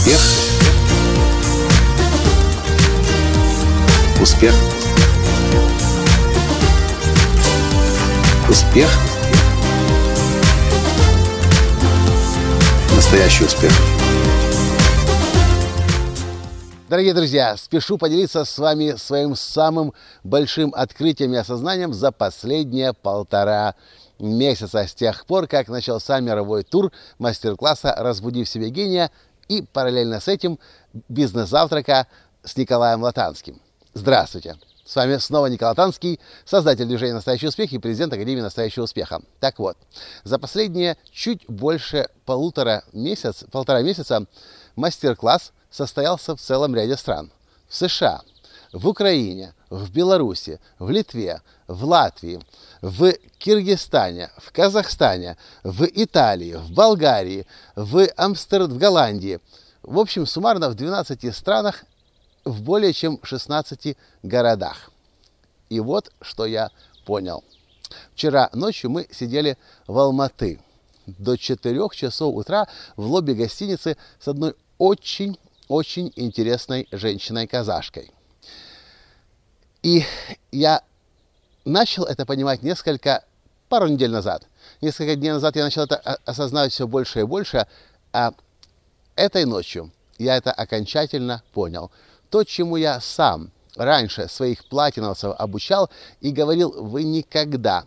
Успех. Успех. Успех. Настоящий успех. Дорогие друзья, спешу поделиться с вами своим самым большим открытием и осознанием за последние 1,5 месяца, с тех пор, как начался мировой тур мастер-класса «Разбуди в себе гения» и параллельно с этим «Бизнес-завтрака» с Николаем Латанским. Здравствуйте! С вами снова Николай Латанский, создатель движения «Настоящий успех» и президент Академии «Настоящего успеха». Так вот, за последние чуть больше 1,5 месяца мастер-класс состоялся в целом ряде стран. В США, в Украине, в Беларуси, в Литве, в Латвии, в Киргизстане, в Казахстане, в Италии, в Болгарии, в Голландии. В общем, суммарно в 12 странах, в более чем 16 городах. И вот что я понял. Вчера ночью мы сидели в Алматы до 4 часов утра в лобби гостиницы с одной очень интересной женщиной-казашкой. И я начал это понимать пару недель назад. Несколько дней назад я начал это осознавать все больше и больше, а этой ночью я это окончательно понял. То, чему я сам раньше своих платиновцев обучал и говорил, вы никогда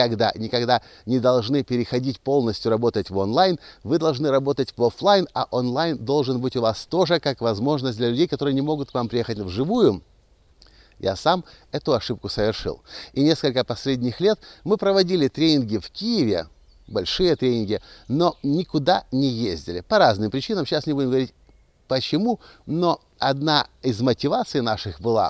не должны переходить полностью работать в онлайн, вы должны работать в офлайн, а онлайн должен быть у вас тоже как возможность для людей, которые не могут к вам приехать вживую. Я сам эту ошибку совершил. И несколько последних лет мы проводили тренинги в Киеве, большие тренинги, но никуда не ездили. По разным причинам, сейчас не будем говорить почему, но одна из мотиваций наших была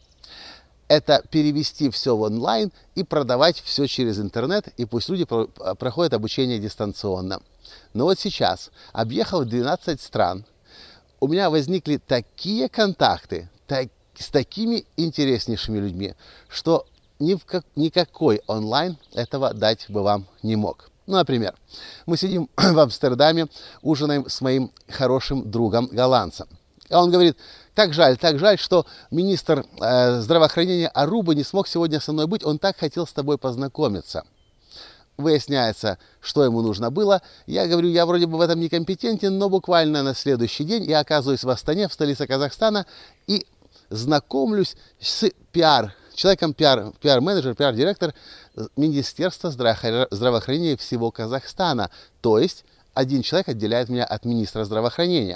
это перевести все в онлайн и продавать все через интернет, и пусть люди проходят обучение дистанционно. Но вот сейчас, объехав 12 стран, у меня возникли такие контакты с такими интереснейшими людьми, что никакой онлайн этого дать бы вам не мог. Ну, например, мы сидим в Амстердаме, ужинаем с моим хорошим другом голландцем. А он говорит, так жаль, что министр здравоохранения Арубы не смог сегодня со мной быть, он так хотел с тобой познакомиться. Выясняется, что ему нужно было. Я говорю, я вроде бы в этом некомпетентен, но буквально на следующий день я оказываюсь в Астане, в столице Казахстана, и знакомлюсь с человеком, пиар-менеджер, пиар-директор Министерства здравоохранения всего Казахстана. То есть один человек отделяет меня от министра здравоохранения.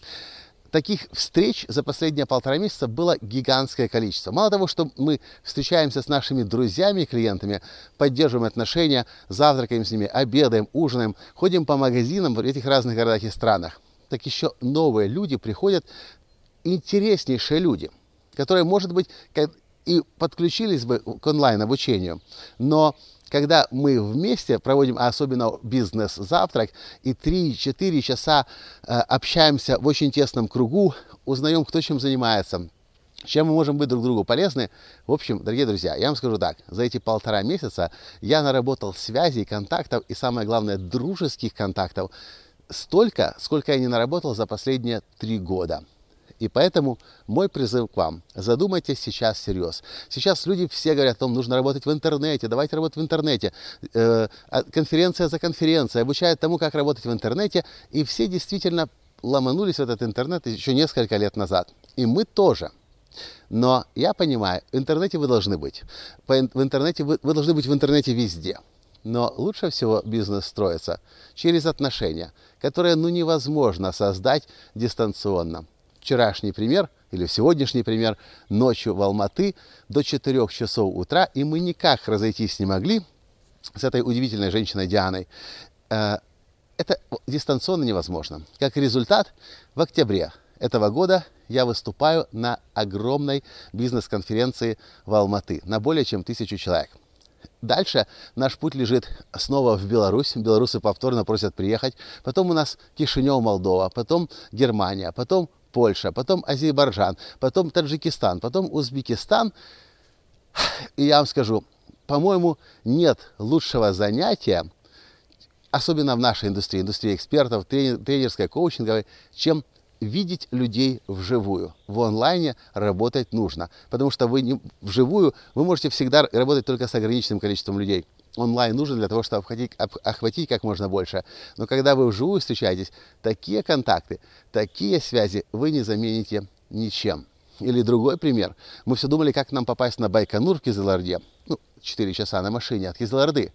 Таких встреч за последние 1,5 месяца было гигантское количество. Мало того, что мы встречаемся с нашими друзьями и клиентами, поддерживаем отношения, завтракаем с ними, обедаем, ужинаем, ходим по магазинам в этих разных городах и странах, так еще новые люди приходят, интереснейшие люди, которые, может быть, и подключились бы к онлайн-обучению, но когда мы вместе проводим, особенно бизнес-завтрак, и 3-4 часа общаемся в очень тесном кругу, узнаем, кто чем занимается, чем мы можем быть друг другу полезны. В общем, дорогие друзья, я вам скажу так, за эти 1,5 месяца я наработал связей, контактов и, самое главное, дружеских контактов столько, сколько я не наработал за последние 3 года. И поэтому мой призыв к вам. Задумайтесь сейчас всерьез. Сейчас люди все говорят о том, нужно работать в интернете, давайте работать в интернете. Конференция за конференцией обучают тому, как работать в интернете. И все действительно ломанулись в этот интернет еще несколько лет назад. И мы тоже. Но я понимаю, в интернете вы должны быть. Вы должны быть в интернете везде. Но лучше всего бизнес строится через отношения, которые невозможно создать дистанционно. Вчерашний пример, или сегодняшний пример, ночью в Алматы до 4 часов утра, и мы никак разойтись не могли с этой удивительной женщиной Дианой. Это дистанционно невозможно. Как результат, в октябре этого года я выступаю на огромной бизнес-конференции в Алматы, на более чем 1000 человек. Дальше наш путь лежит снова в Беларусь. Белорусы повторно просят приехать. Потом у нас Кишинев, Молдова, потом Германия, потом Польша, потом Азербайджан, потом Таджикистан, потом Узбекистан. И я вам скажу, по-моему, нет лучшего занятия, особенно в нашей индустрии экспертов, тренерской, коучинговой, чем видеть людей вживую. В онлайне работать нужно, потому что вживую вы можете всегда работать только с ограниченным количеством людей. Онлайн нужен для того, чтобы охватить как можно больше. Но когда вы вживую встречаетесь, такие контакты, такие связи вы не замените ничем. Или другой пример. Мы все думали, как нам попасть на Байконур в Кизылорде. 4 часа на машине от Кизылорды.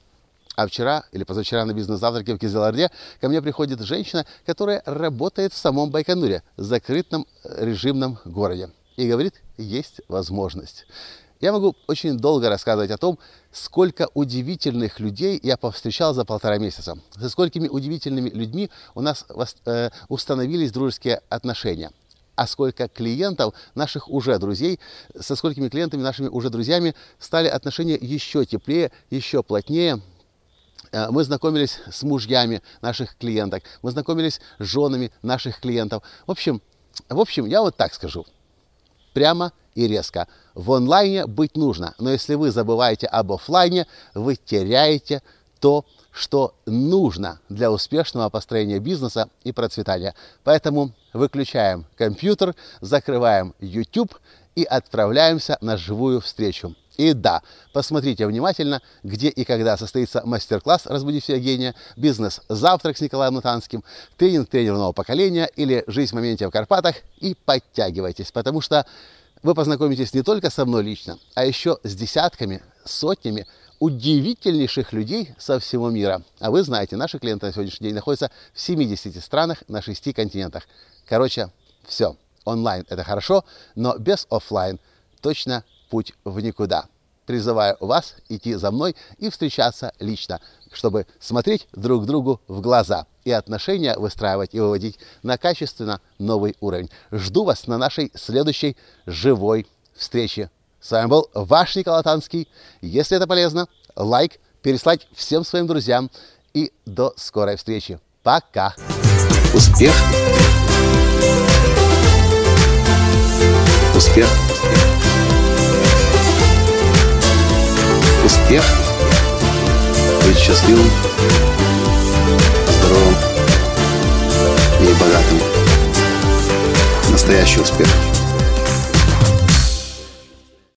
А вчера или позавчера на бизнес-завтраке в Кизылорде ко мне приходит женщина, которая работает в самом Байконуре, закрытом режимном городе. И говорит, есть возможность. Я могу очень долго рассказывать о том, сколько удивительных людей я повстречал за 1,5 месяца. Со сколькими удивительными людьми у нас установились дружеские отношения. А сколько клиентов, наших уже друзей, со сколькими клиентами, нашими уже друзьями стали отношения еще теплее, еще плотнее. Мы знакомились с мужьями наших клиенток, мы знакомились с женами наших клиентов. В общем, я вот так скажу. Прямо и резко. В онлайне быть нужно, но если вы забываете об офлайне, вы теряете то, что нужно для успешного построения бизнеса и процветания. Поэтому выключаем компьютер, закрываем YouTube и отправляемся на живую встречу. И да, посмотрите внимательно, где и когда состоится мастер-класс «Разбуди себя гения», бизнес-завтрак с Николаем Натанским, тренинг тренерного поколения или «Жизнь в моменте в Карпатах» и подтягивайтесь, потому что вы познакомитесь не только со мной лично, а еще с десятками, сотнями удивительнейших людей со всего мира. А вы знаете, наши клиенты на сегодняшний день находятся в 70 странах на 6 континентах. Короче, все. Онлайн – это хорошо, но без офлайн точно путь в никуда. Призываю вас идти за мной и встречаться лично, чтобы смотреть друг другу в глаза и отношения выстраивать и выводить на качественно новый уровень. Жду вас на нашей следующей живой встрече. С вами был ваш Николай Натанский. Если это полезно, лайк, переслать всем своим друзьям и до скорой встречи. Пока! Успех! Успех! Успех! Быть счастливым, здоровым и богатым. Настоящий успех!